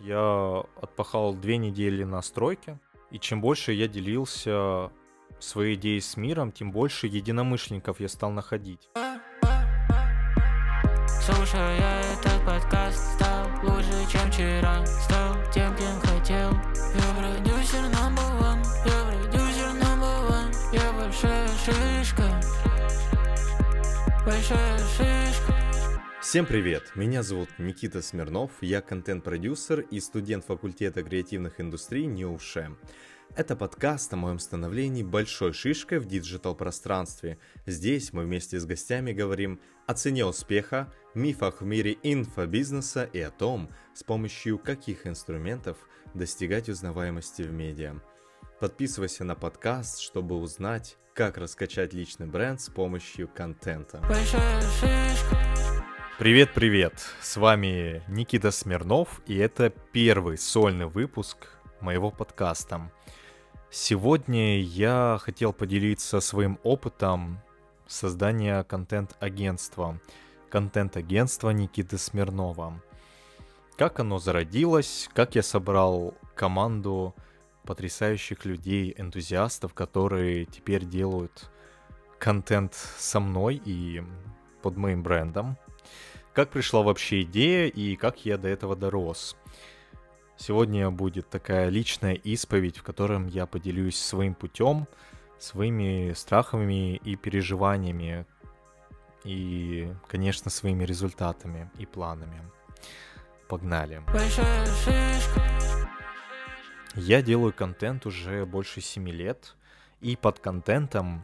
Я отпахал 2 недели на стройке, и чем больше я делился своей идеей с миром, тем больше единомышленников я стал находить. Слушая этот подкаст, стал лучше, чем вчера. Стал тем, кем хотел. Я продюсер number one. Я продюсер number one. Я большая шишка. Большая шишка. Всем привет! Меня зовут Никита Смирнов, я контент-продюсер и студент факультета креативных индустрий НИУШЭ. Это подкаст о моем становлении большой шишкой в диджитал-пространстве. Здесь мы вместе с гостями говорим о цене успеха, мифах в мире инфобизнеса и о том, с помощью каких инструментов достигать узнаваемости в медиа. Подписывайся на подкаст, чтобы узнать, как раскачать личный бренд с помощью контента. Большая шишка. Привет-привет! С вами Никита Смирнов, и это первый сольный выпуск моего подкаста. Сегодня я хотел поделиться своим опытом создания контент-агентства Никиты Смирнова. Как оно зародилось, как я собрал команду потрясающих людей, энтузиастов, которые теперь делают контент со мной и под моим брендом. Как пришла вообще идея и как я до этого дорос. Сегодня будет такая личная исповедь, в котором я поделюсь своим путем, своими страхами и переживаниями, и, конечно, своими результатами и планами. Погнали! Большая шишка. Я делаю контент уже больше 7 лет, и под контентом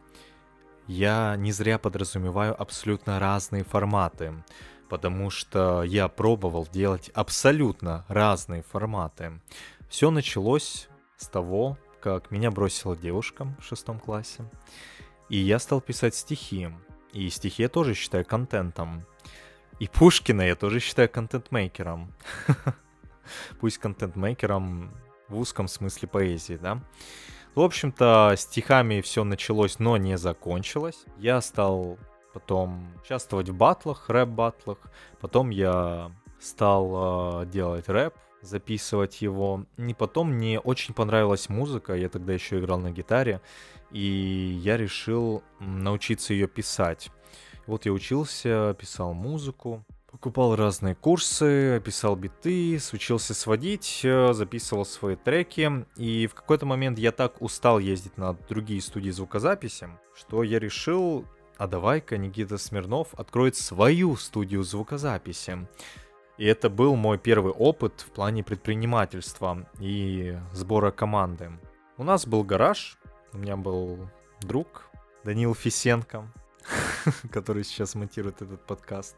я не зря подразумеваю абсолютно разные форматы, потому что я пробовал делать абсолютно разные форматы. Все началось с того, как меня бросила девушка в 6 классе, и я стал писать стихи. И стихи я тоже считаю контентом. И Пушкина я тоже считаю контент-мейкером. Пусть контент-мейкером в узком смысле поэзии, да? В общем-то, стихами все началось, но не закончилось. Я стал потом участвовать в баттлах, рэп-баттлах. Потом я стал делать рэп, записывать его. И потом мне очень понравилась музыка. Я тогда еще играл на гитаре. И я решил научиться ее писать. Вот я учился, писал музыку. Покупал разные курсы, писал биты, учился сводить, записывал свои треки. И в какой-то момент я так устал ездить на другие студии звукозаписи, что я решил, а давай-ка Никита Смирнов откроет свою студию звукозаписи. И это был мой первый опыт в плане предпринимательства и сбора команды. У нас был гараж, у меня был друг Данил Фисенко, который сейчас монтирует этот подкаст.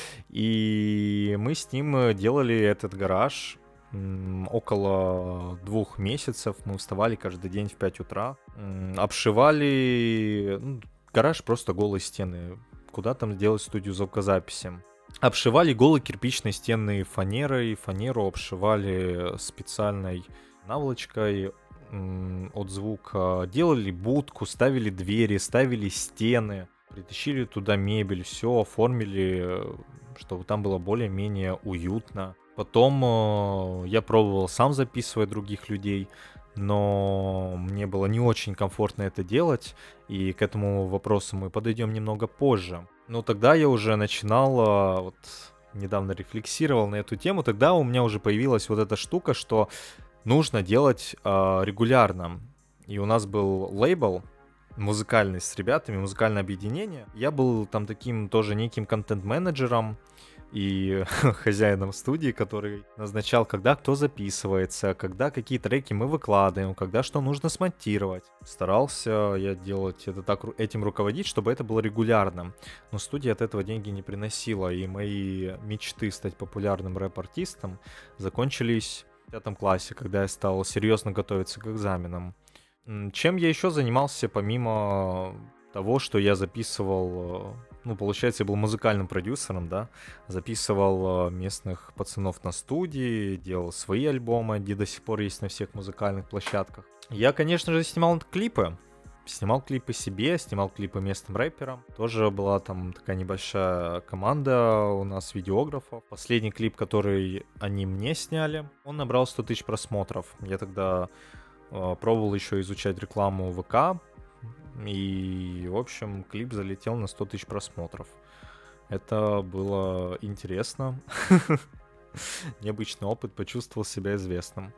И мы с ним делали этот гараж около 2 месяцев. Мы вставали каждый день в 5 утра, обшивали гараж, просто голые стены. Куда там делать студию звукозаписи? Обшивали голой кирпичной стены фанерой, фанеру обшивали специальной наволочкой от звука, делали будку, ставили двери, ставили стены, притащили туда мебель, все оформили, чтобы там было более-менее уютно. Потом я пробовал сам записывать других людей, но мне было не очень комфортно это делать, и к этому вопросу мы подойдем немного позже. Но тогда я уже начинал, недавно рефлексировал на эту тему, тогда у меня уже появилась вот эта штука, что нужно делать регулярно. И у нас был лейбл музыкальный с ребятами, музыкальное объединение. Я был там таким тоже неким контент-менеджером и хозяином студии, который назначал, когда кто записывается, когда какие треки мы выкладываем, когда что нужно смонтировать. Старался я делать это так, этим руководить, чтобы это было регулярно. Но студия от этого деньги не приносила, и мои мечты стать популярным рэп-артистом закончились в 5 классе, когда я стал серьезно готовиться к экзаменам. Чем я еще занимался, помимо того, что я записывал, получается, я был музыкальным продюсером, да, записывал местных пацанов на студии, делал свои альбомы, где до сих пор есть на всех музыкальных площадках. Я, конечно же, снимал клипы, Снимал клипы себе, снимал клипы местным рэперам. Тоже была там такая небольшая команда у нас видеографов. Последний клип, который они мне сняли, он набрал 100 тысяч просмотров. Я тогда пробовал еще изучать рекламу ВК. И, в общем, клип залетел на 100 тысяч просмотров. Это было интересно. Необычный опыт, почувствовал себя известным.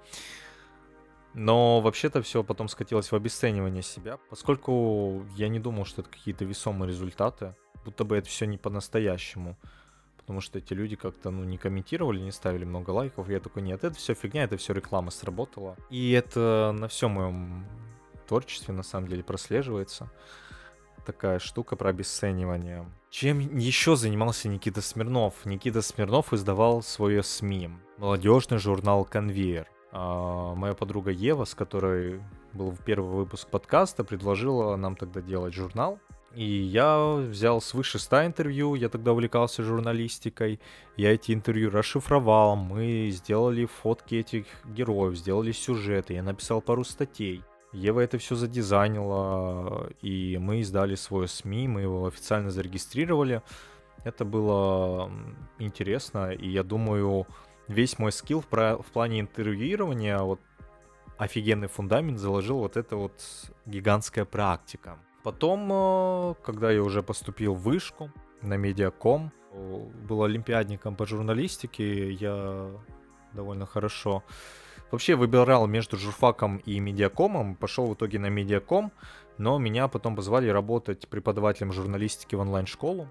Но вообще-то все потом скатилось в обесценивание себя, поскольку я не думал, что это какие-то весомые результаты, будто бы это все не по-настоящему. Потому что эти люди как-то, не комментировали, не ставили много лайков. И я такой, нет, это все фигня, это все реклама сработала. И это на всем моем творчестве на самом деле прослеживается. Такая штука про обесценивание. Чем еще занимался Никита Смирнов? Никита Смирнов издавал свое СМИ, молодежный журнал «Конвейер». Моя подруга Ева, с которой был первый выпуск подкаста, предложила нам тогда делать журнал. И я взял свыше 100 интервью, я тогда увлекался журналистикой. Я эти интервью расшифровал, мы сделали фотки этих героев, сделали сюжеты, я написал пару статей. Ева это все задизайнила, и мы издали свое СМИ, мы его официально зарегистрировали. Это было интересно, и я думаю, весь мой скилл в плане интервьюирования, вот офигенный фундамент заложил вот эта вот гигантская практика. Потом, когда я уже поступил в вышку на медиаком, был олимпиадником по журналистике, я довольно хорошо вообще выбирал между журфаком и медиакомом, пошел в итоге на медиаком, но меня потом позвали работать преподавателем журналистики в онлайн-школу,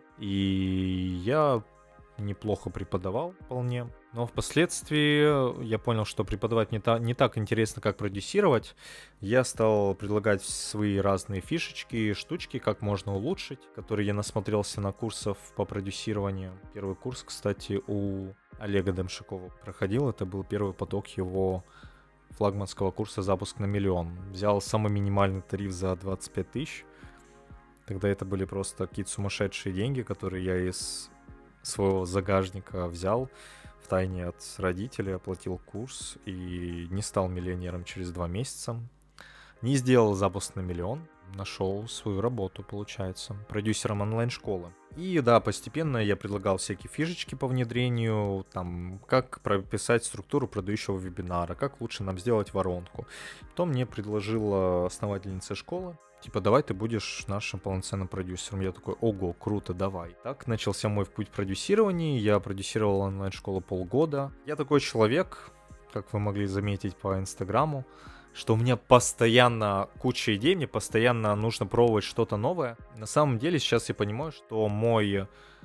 и я неплохо преподавал вполне. Но впоследствии я понял, что преподавать не так интересно, как продюсировать. Я стал предлагать свои разные фишечки, штучки, как можно улучшить, которые я насмотрелся на курсов по продюсированию. Первый курс, кстати, у Олега Демшикова проходил. Это был первый поток его флагманского курса «Запуск на миллион». Взял самый минимальный тариф за 25 тысяч. Тогда это были просто какие-то сумасшедшие деньги, которые я из своего загажника взял втайне от родителей, оплатил курс и не стал миллионером через 2 месяца. Не сделал запуск на миллион, нашел свою работу, получается, продюсером онлайн-школы. И да, постепенно я предлагал всякие фишечки по внедрению, там, как прописать структуру продающего вебинара, как лучше нам сделать воронку. Потом мне предложила основательница школы, типа, давай ты будешь нашим полноценным продюсером. Я такой, ого, круто, давай. Так начался мой путь в продюсировании. Я продюсировал онлайн-школу полгода. Я такой человек, как вы могли заметить по Инстаграму, что у меня постоянно куча идей, мне постоянно нужно пробовать что-то новое. На самом деле сейчас я понимаю, что мой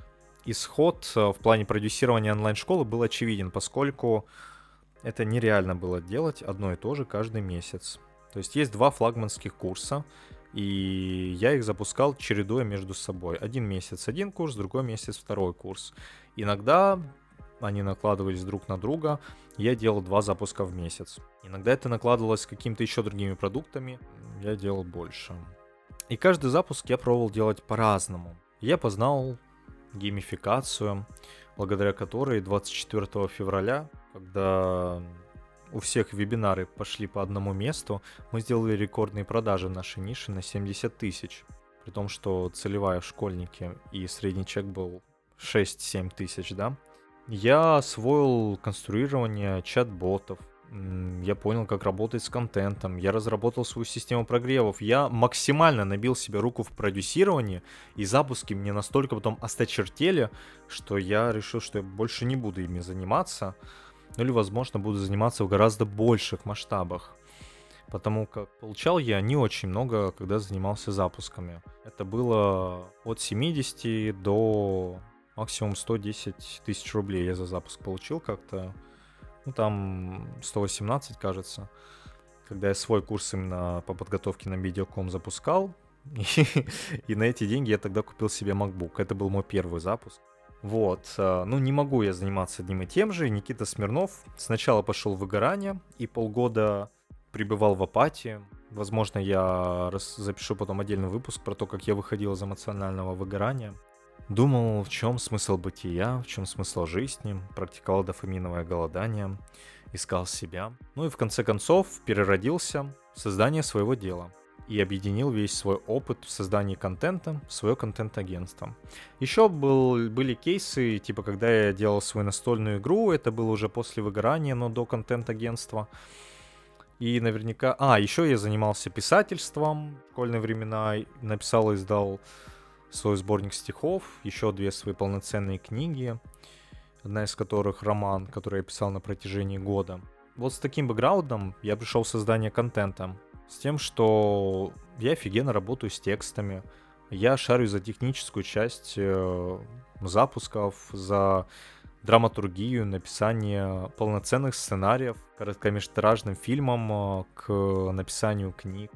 исход в плане продюсирования онлайн-школы был очевиден, поскольку это нереально было делать одно и то же каждый месяц. То есть 2 флагманских курса, и я их запускал, чередуя между собой. Один месяц один курс, другой месяц второй курс. Иногда они накладывались друг на друга, я делал 2 запуска в месяц. Иногда это накладывалось с какими-то еще другими продуктами, я делал больше. И каждый запуск я пробовал делать по-разному. Я познал геймификацию, благодаря которой 24 февраля, когда у всех вебинары пошли по одному месту, мы сделали рекордные продажи в нашей нише на 70 тысяч. При том, что целевая в школьнике и средний чек был 6-7 тысяч, да. Я освоил конструирование чат-ботов. Я понял, как работать с контентом. Я разработал свою систему прогревов. Я максимально набил себе руку в продюсировании. И запуски мне настолько потом осточертели, что я решил, что я больше не буду ими заниматься. Ну или, возможно, буду заниматься в гораздо больших масштабах. Потому как получал я не очень много, когда занимался запусками. Это было от 70 до максимум 110 тысяч рублей я за запуск получил как-то. Ну там 118, кажется. Когда я свой курс именно по подготовке на медиаком запускал. И на эти деньги я тогда купил себе MacBook. Это был мой первый запуск. Вот, ну не могу я заниматься одним и тем же. Никита Смирнов сначала пошел в выгорание и полгода пребывал в апатии. Возможно, я запишу потом отдельный выпуск про то, как я выходил из эмоционального выгорания. Думал, в чем смысл бытия, в чем смысл жизни, практиковал дофаминовое голодание, искал себя. Ну и в конце концов переродился в создание своего дела. и объединил весь свой опыт в создании контента в свое контент-агентство. Еще были кейсы, типа когда я делал свою настольную игру, это было уже после выгорания, но до контент-агентства. И наверняка... еще я занимался писательством в школьные времена, написал и издал свой сборник стихов, еще 2 свои полноценные книги, одна из которых роман, который я писал на протяжении года. Вот с таким бэкграундом я пришел в создание контента. С тем, что я офигенно работаю с текстами, я шарю за техническую часть запусков, за драматургию, написание полноценных сценариев, короткометражным фильмам, к написанию книг.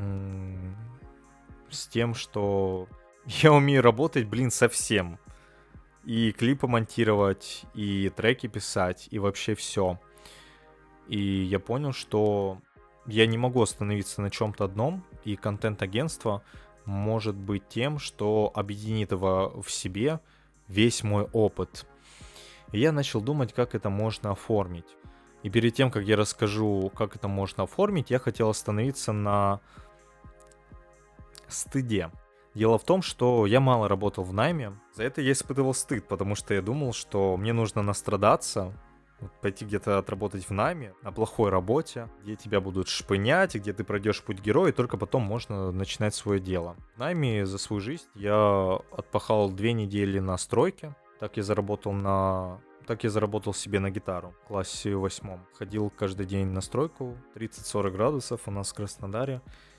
С тем, что я умею работать, со всем. И клипы монтировать, и треки писать, и вообще все. И я понял, что я не могу остановиться на чем-то одном, и контент-агентство может быть тем, что объединит в себе весь мой опыт. И я начал думать, как это можно оформить. И перед тем, как я расскажу, как это можно оформить, я хотел остановиться на стыде. Дело в том, что я мало работал в найме. За это я испытывал стыд, потому что я думал, что мне нужно настрадаться, пойти где-то отработать в найме, на плохой работе, где тебя будут шпынять, где ты пройдешь путь героя, и только потом можно начинать свое дело. В найме за свою жизнь я отпахал 2 недели на стройке. Так я заработал себе на гитару в классе 8. Ходил каждый день на стройку, 30-40 градусов у нас в Краснодаре,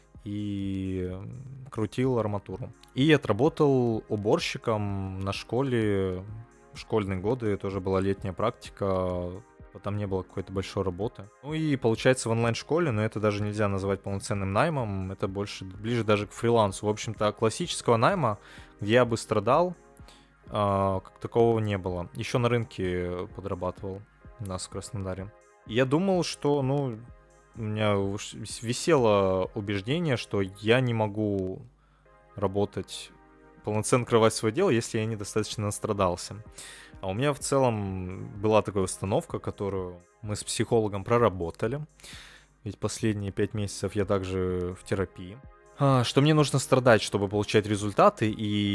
и крутил арматуру. И отработал уборщиком на школе. В школьные годы тоже была летняя практика, там не было какой-то большой работы. Ну и получается в онлайн-школе, но это даже нельзя назвать полноценным наймом, это ближе даже к фрилансу. В общем-то, классического найма, где я бы страдал, как такового не было. Еще на рынке подрабатывал у нас в Краснодаре. Я думал, что, у меня висело убеждение, что я не могу работать, полноценно открывать свое дело, если я недостаточно настрадался. А у меня в целом была такая установка, которую мы с психологом проработали. Ведь последние 5 месяцев я также в терапии. Что мне нужно страдать, чтобы получать результаты,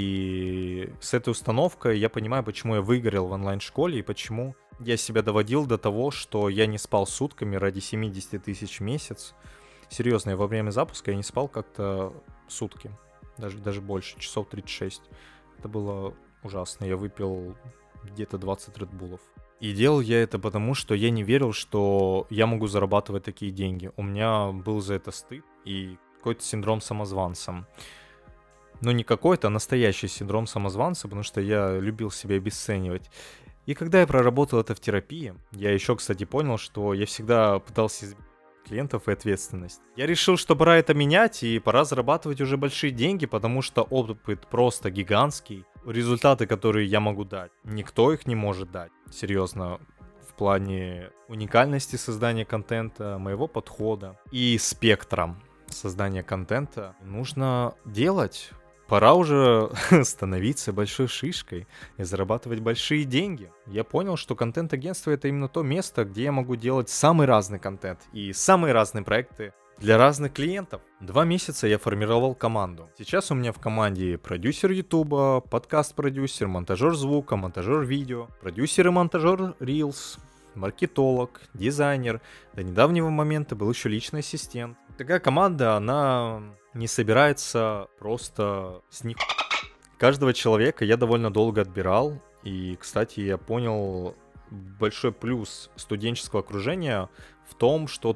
и с этой установкой я понимаю, почему я выгорел в онлайн-школе, и почему я себя доводил до того, что я не спал сутками ради 70 тысяч в месяц. Серьезно, во время запуска я не спал как-то сутки, даже больше, часов 36. Это было ужасно, я выпил где-то 20 редбулов. И делал я это потому, что я не верил, что я могу зарабатывать такие деньги. У меня был за это стыд и какой-то синдром самозванца. Ну, не какой-то, а настоящий синдром самозванца, потому что я любил себя обесценивать. И когда я проработал это в терапии, я еще, кстати, понял, что я всегда пытался избегать клиентов и ответственность. Я решил, что пора это менять, и пора зарабатывать уже большие деньги, потому что опыт просто гигантский. Результаты, которые я могу дать, никто их не может дать. Серьезно, в плане уникальности создания контента, моего подхода и спектра создания контента нужно делать. Пора уже становиться большой шишкой и зарабатывать большие деньги. Я понял, что контент-агентство — это именно то место, где я могу делать самый разный контент и самые разные проекты для разных клиентов. 2 месяца я формировал команду. Сейчас у меня в команде продюсер Ютуба, подкаст-продюсер, монтажер звука, монтажер видео, продюсер и монтажер Reels, маркетолог, дизайнер. До недавнего момента был еще личный ассистент. Такая команда, она не собирается просто с них. Каждого человека я довольно долго отбирал. И, кстати, я понял большой плюс студенческого окружения в том, что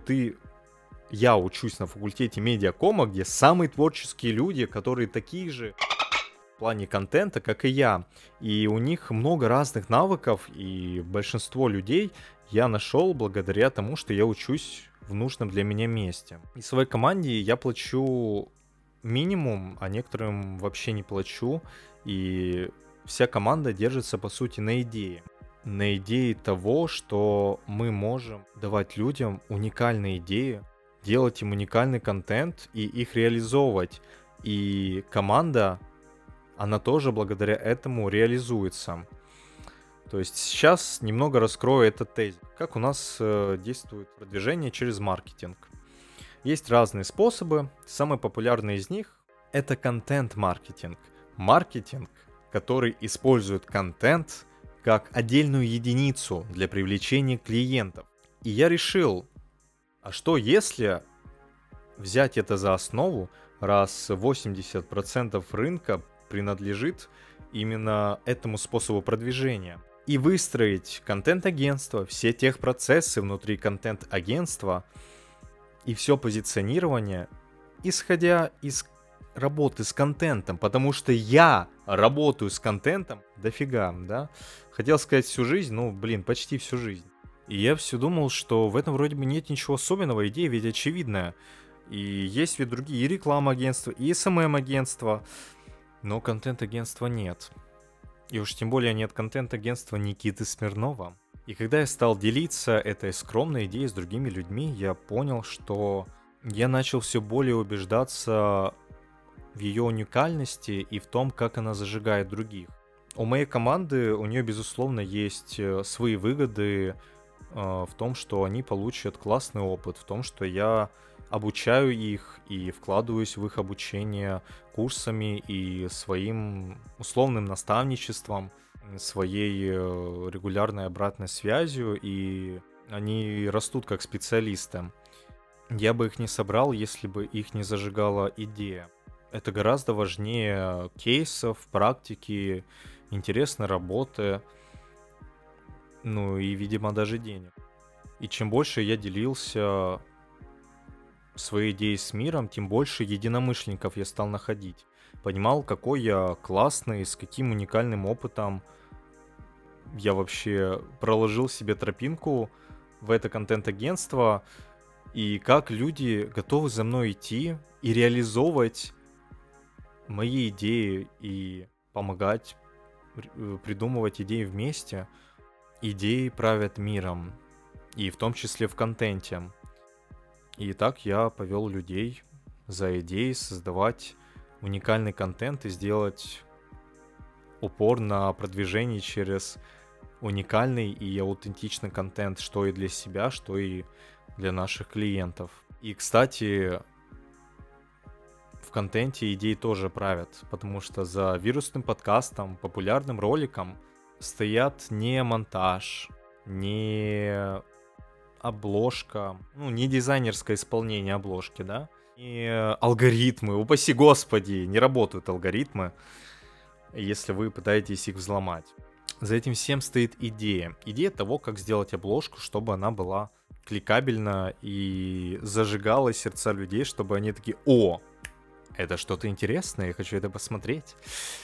я учусь на факультете медиакома, где самые творческие люди, которые такие же в плане контента, как и я. И у них много разных навыков, и большинство людей я нашел благодаря тому, что я учусь в нужном для меня месте. И своей команде я плачу минимум, а некоторым вообще не плачу. И вся команда держится, по сути, на идее. На идее того, что мы можем давать людям уникальные идеи, делать им уникальный контент и их реализовывать. И команда, она тоже благодаря этому реализуется. То есть сейчас немного раскрою этот тезис. Как у нас действует продвижение через маркетинг. Есть разные способы. Самый популярный из них — это контент-маркетинг. Маркетинг, который использует контент как отдельную единицу для привлечения клиентов. И я решил, а что если взять это за основу, раз 80% рынка принадлежит именно этому способу продвижения, и выстроить контент-агентство, все техпроцессы внутри контент-агентства и все позиционирование, исходя из работы с контентом, потому что я работаю с контентом дофига, да? Хотел сказать всю жизнь, почти всю жизнь. И я все думал, что в этом вроде бы нет ничего особенного, идея ведь очевидная. И есть ведь другие и реклама-агентства, и СММ-агентства, но контент-агентства нет. И уж тем более нет контент-агентства Никиты Смирнова. И когда я стал делиться этой скромной идеей с другими людьми, я понял, что я начал все более убеждаться в ее уникальности и в том, как она зажигает других. У моей команды, у нее, безусловно, есть свои выгоды в том, что они получат классный опыт, в том, что я обучаю их и вкладываюсь в их обучение курсами и своим условным наставничеством, своей регулярной обратной связью, и они растут как специалисты. Я бы их не собрал, если бы их не зажигала идея. Это гораздо важнее кейсов, практики, интересной работы, и, видимо, даже денег. И чем больше я делился своей идеей с миром, тем больше единомышленников я стал находить. Понимал, какой я классный, с каким уникальным опытом я вообще проложил себе тропинку в это контент-агентство, и как люди готовы за мной идти и реализовывать мои идеи и помогать придумывать идеи вместе. Идеи правят миром, и в том числе в контенте. И так я повел людей за идеей создавать уникальный контент и сделать упор на продвижение через уникальный и аутентичный контент, что и для себя, что и для наших клиентов. И, кстати, в контенте идеи тоже правят, потому что за вирусным подкастом, популярным роликом стоят не монтаж, не обложка, не дизайнерское исполнение обложки, да, не алгоритмы, упаси господи, не работают алгоритмы, если вы пытаетесь их взломать. За этим всем стоит идея. Идея того, как сделать обложку, чтобы она была кликабельна и зажигала сердца людей, чтобы они такие: о, это что-то интересное, я хочу это посмотреть.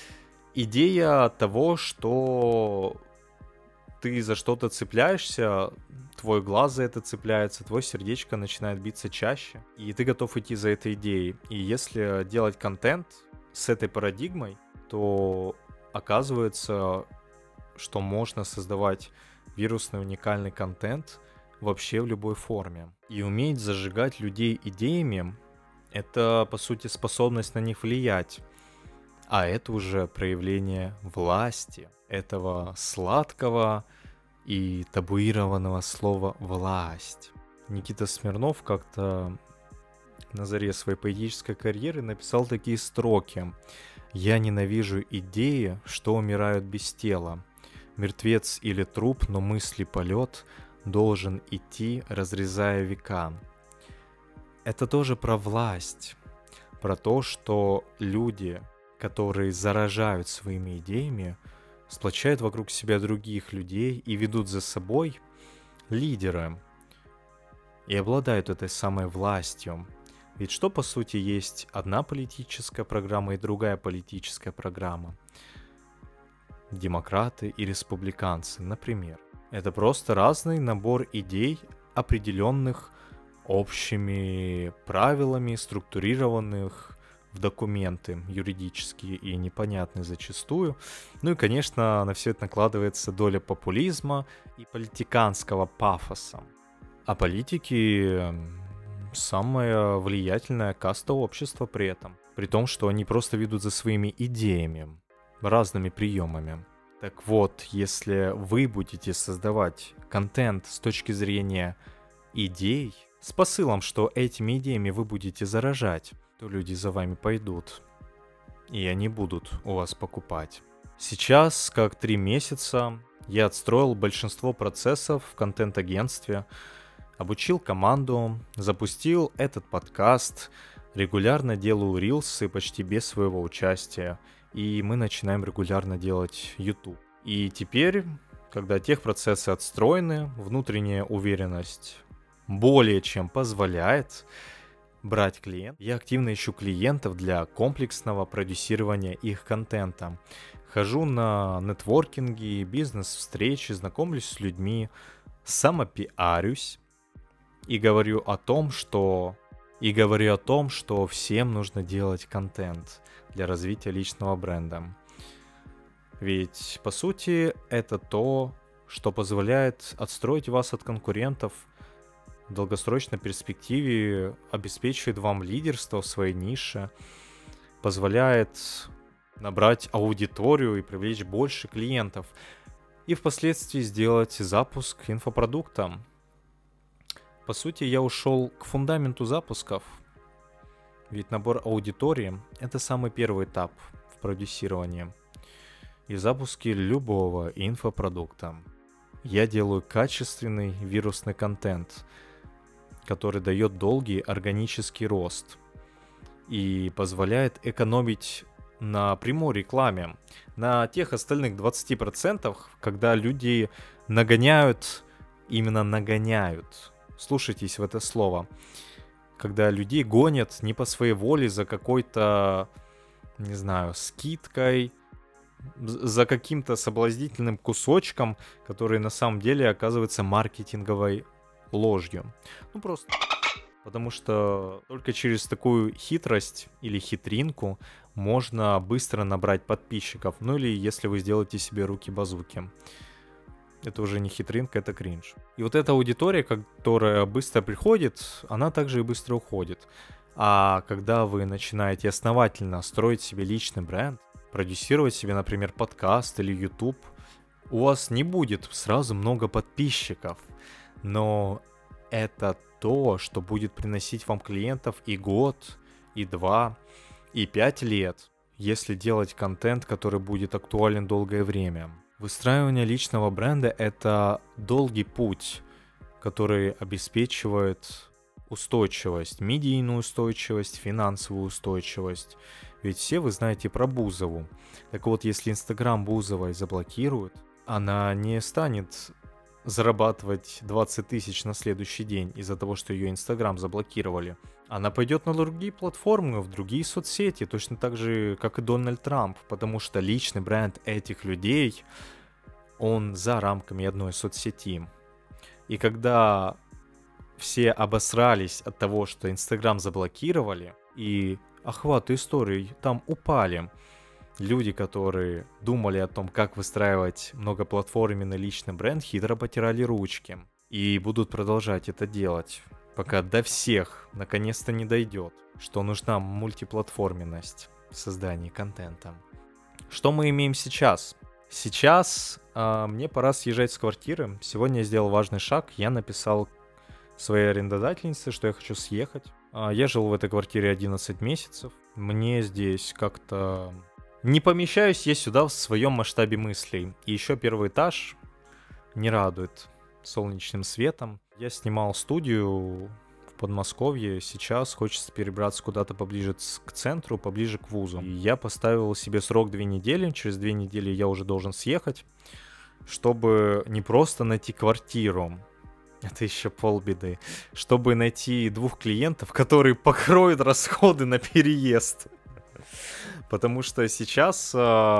Идея того, что ты за что-то цепляешься, твой глаз за это цепляется, твое сердечко начинает биться чаще, и ты готов идти за этой идеей. И если делать контент с этой парадигмой, то оказывается, что можно создавать вирусный уникальный контент вообще в любой форме. И уметь зажигать людей идеями — это, по сути, способность на них влиять. А это уже проявление власти, этого сладкого и табуированного слова «власть». Никита Смирнов как-то на заре своей поэтической карьеры написал такие строки: «Я ненавижу идеи, что умирают без тела. Мертвец или труп, но мысли полет должен идти, разрезая века». Это тоже про власть, про то, что люди, которые заражают своими идеями, сплочают вокруг себя других людей и ведут за собой лидеры, и обладают этой самой властью. Ведь что, по сути, есть одна политическая программа и другая политическая программа? Демократы и республиканцы, например. Это просто разный набор идей, определенных общими правилами, структурированных в документы юридические и непонятные зачастую. Ну и, конечно, на все это накладывается доля популизма и политиканского пафоса. А политики — самая влиятельная каста общества при этом. При том, что они просто ведут за своими идеями, разными приемами. Так вот, если вы будете создавать контент с точки зрения идей, с посылом, что этими идеями вы будете заражать, то люди за вами пойдут, и они будут у вас покупать. Сейчас, как 3 месяца, я отстроил большинство процессов в контент-агентстве, обучил команду, запустил этот подкаст, регулярно делаю рилсы почти без своего участия, и мы начинаем регулярно делать YouTube. И теперь, когда техпроцессы отстроены, внутренняя уверенность более чем позволяет брать клиентов, я активно ищу клиентов для комплексного продюсирования их контента. Хожу на нетворкинги, бизнес-встречи, знакомлюсь с людьми, самопиарюсь и говорю о том, что всем нужно делать контент для развития личного бренда. Ведь, по сути, это то, что позволяет отстроить вас от конкурентов в долгосрочной перспективе, обеспечивает вам лидерство в своей нише, позволяет набрать аудиторию и привлечь больше клиентов, и впоследствии сделать запуск инфопродукта. По сути, я ушел к фундаменту запусков, ведь набор аудитории — это самый первый этап в продюсировании и запуске любого инфопродукта. Я делаю качественный вирусный контент, который дает долгий органический рост и позволяет экономить на прямой рекламе, на тех остальных 20%, когда люди нагоняют, слушайтесь в это слово, когда людей гонят не по своей воле за какой-то, не знаю, скидкой, за каким-то соблазнительным кусочком, который на самом деле оказывается маркетинговой ложью. Просто потому что только через такую хитрость или хитринку можно быстро набрать подписчиков. Ну или если вы сделаете себе руки-базуки. Это уже не хитринка, это кринж. И вот эта аудитория, которая быстро приходит, она также и быстро уходит. А когда вы начинаете основательно строить себе личный бренд, продюсировать себе, например, подкаст или YouTube, у вас не будет сразу много подписчиков, но это то, что будет приносить вам клиентов и год, и 2, и 5 лет, если делать контент, который будет актуален долгое время. Выстраивание личного бренда — это долгий путь, который обеспечивает устойчивость, медийную устойчивость, финансовую устойчивость. Ведь все вы знаете про Бузову. Так вот, если Инстаграм Бузовой заблокируют, она не станет зарабатывать 20 тысяч на следующий день из-за того, что ее Инстаграм заблокировали. Она пойдет на другие платформы, в другие соцсети, точно так же, как и Дональд Трамп, потому что личный бренд этих людей, он за рамками одной соцсети. И когда все обосрались от того, что Инстаграм заблокировали, и охваты историй там упали, люди, которые думали о том, как выстраивать многоплатформенный личный бренд, хитро потирали ручки. И будут продолжать это делать, пока до всех наконец-то не дойдет, что нужна мультиплатформенность в создании контента. Что мы имеем сейчас? Сейчас мне пора съезжать с квартиры. Сегодня я сделал важный шаг. Я написал своей арендодательнице, что я хочу съехать. Я жил в этой квартире 11 месяцев. Мне здесь как-то не помещаюсь я сюда в своем масштабе мыслей. И еще первый этаж не радует солнечным светом. Я снимал студию в Подмосковье. Сейчас хочется перебраться куда-то поближе к центру, поближе к вузу. И я поставил себе срок 2 недели. Через 2 недели я уже должен съехать, чтобы не просто найти квартиру. Это еще полбеды. Чтобы найти 2 клиентов, которые покроют расходы на переезд. Потому что сейчас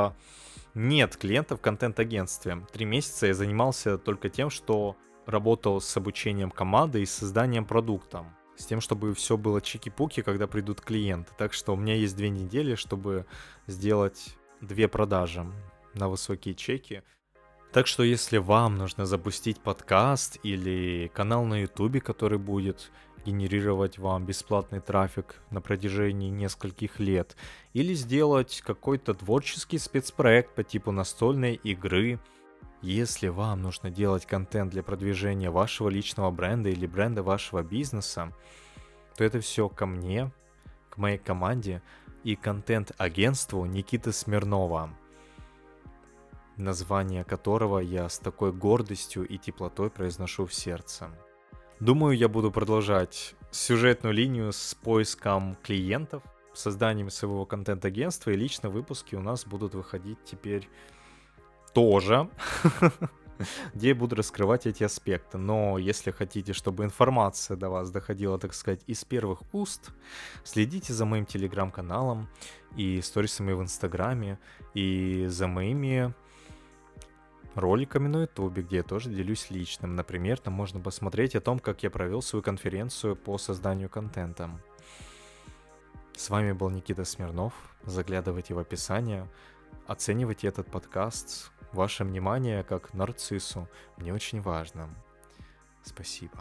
нет клиентов в контент-агентстве. 3 месяца я занимался только тем, что работал с обучением команды и созданием продукта. С тем, чтобы все было чики-пуки, когда придут клиенты. Так что у меня есть 2 недели, чтобы сделать 2 продажи на высокие чеки. Так что если вам нужно запустить подкаст или канал на YouTube, который будет генерировать вам бесплатный трафик на протяжении нескольких лет, или сделать какой-то творческий спецпроект по типу настольной игры, Если вам нужно делать контент для продвижения вашего личного бренда или бренда вашего бизнеса, то это все ко мне, к моей команде и контент-агентству Никиты Смирнова, название которого я с такой гордостью и теплотой произношу в сердце. Думаю, я буду продолжать сюжетную линию с поиском клиентов, созданием своего контент-агентства, и лично выпуски у нас будут выходить теперь тоже, где я буду раскрывать эти аспекты. Но если хотите, чтобы информация до вас доходила, так сказать, из первых уст, следите за моим телеграм-каналом и сторисами в инстаграме, и за моими роликами на ютубе, где я тоже делюсь личным. Например, там можно посмотреть о том, как я провел свою конференцию по созданию контента. С вами был Никита Смирнов. Заглядывайте в описание, оценивайте этот подкаст. Ваше внимание, как нарциссу, мне очень важно. Спасибо.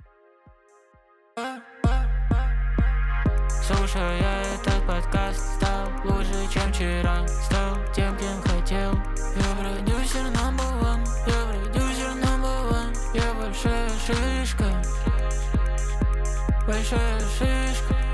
Слушая этот подкаст, стал лучше, чем вчера. Стал тем, кем хотел. Я продюсер number one. Я продюсер number one. Я большая шишка. Большая шишка.